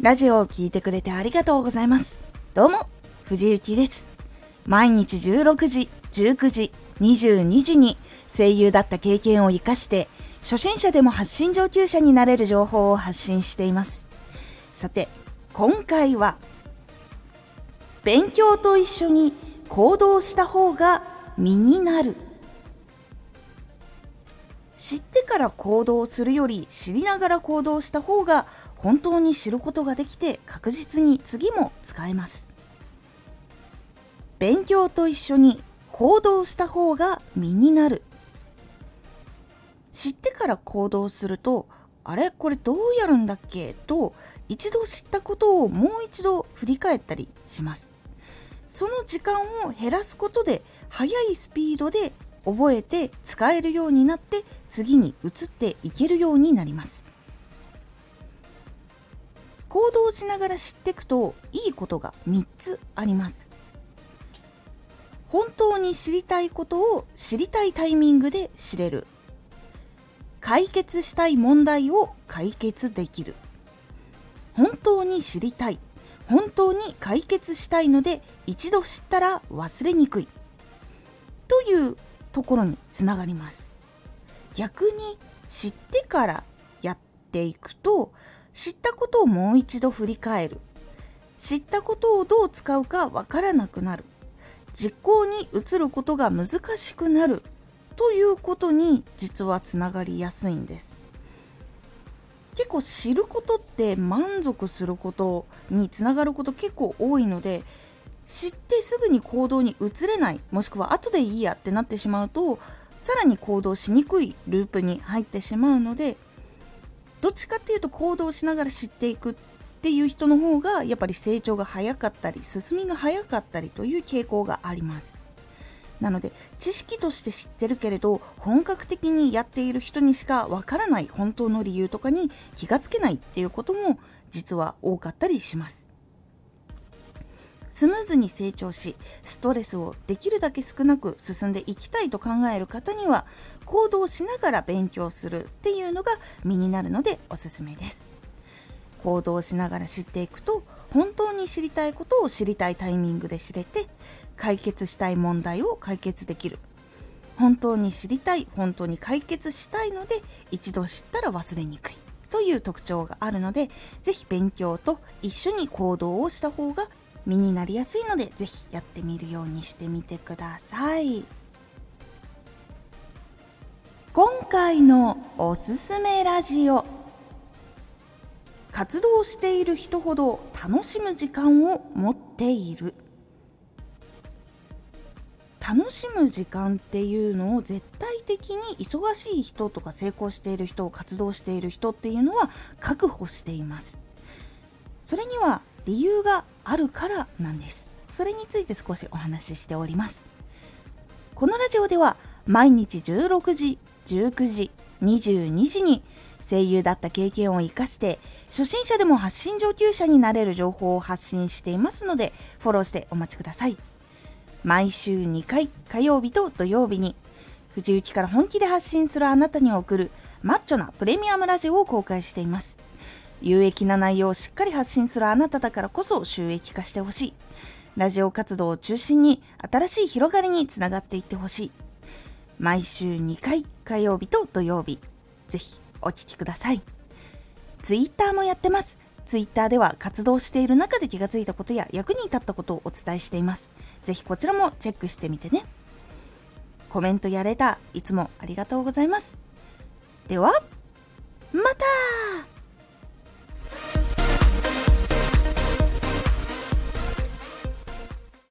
ラジオを聞いてくれてありがとうございます。どうも、藤幸です。毎日16時、19時、22時に声優だった経験を生かして、初心者でも発信上級者になれる情報を発信しています。さて、今回は、勉強と一緒に行動した方が身になる。知ってから行動するより知りながら行動した方が本当に知ることができて確実に次も使えます。勉強と一緒に行動した方が身になる。知ってから行動すると、あれこれどうやるんだっけと一度知ったことをもう一度振り返ったりします。その時間を減らすことで速いスピードで覚えて使えるようになって次に移っていけるようになります。行動しながら知っていくといいことが3つあります。本当に知りたいことを知りたいタイミングで知れる。解決したい問題を解決できる。本当に知りたい。本当に解決したいので一度知ったら忘れにくい。というところにつながります。逆に知ってからやっていくと、知ったことをもう一度振り返る。知ったことをどう使うかわからなくなる。実行に移ることが難しくなるということに実はつながりやすいんです。結構知ることって満足することにつながること結構多いので、知ってすぐに行動に移れない、もしくは後でいいやってなってしまうと、さらに行動しにくいループに入ってしまうので、どっちかっていうと行動しながら知っていくっていう人の方がやっぱり成長が早かったり進みが早かったりという傾向があります。なので知識として知ってるけれど本格的にやっている人にしかわからない本当の理由とかに気がつけないっていうことも実は多かったりします。スムーズに成長しストレスをできるだけ少なく進んでいきたいと考える方には、行動しながら勉強するっていうのが身になるのでおすすめです。行動しながら知っていくと、本当に知りたいことを知りたいタイミングで知れて、解決したい問題を解決できる。本当に知りたい、本当に解決したいので一度知ったら忘れにくいという特徴があるので、ぜひ勉強と一緒に行動をした方が身になりやすいので、ぜひやってみるようにしてみてください。今回のおすすめラジオ。活動している人ほど楽しむ時間を持っている。楽しむ時間っていうのを絶対的に忙しい人とか成功している人、活動している人っていうのは確保しています。それには理由があるからなんです。それについて少しお話ししております。このラジオでは毎日16時、19時、22時に声優だった経験を生かして初心者でも発信上級者になれる情報を発信していますので、フォローしてお待ちください。毎週2回、火曜日と土曜日に藤雪から本気で発信するあなたに送るマッチョなプレミアムラジオを公開しています。有益な内容をしっかり発信するあなただからこそ収益化してほしい。ラジオ活動を中心に新しい広がりにつながっていってほしい。毎週2回、火曜日と土曜日、ぜひお聞きください。ツイッターもやってます。ツイッターでは活動している中で気がついたことや役に立ったことをお伝えしています。ぜひこちらもチェックしてみてね。コメントやレターいつもありがとうございます。ではまた。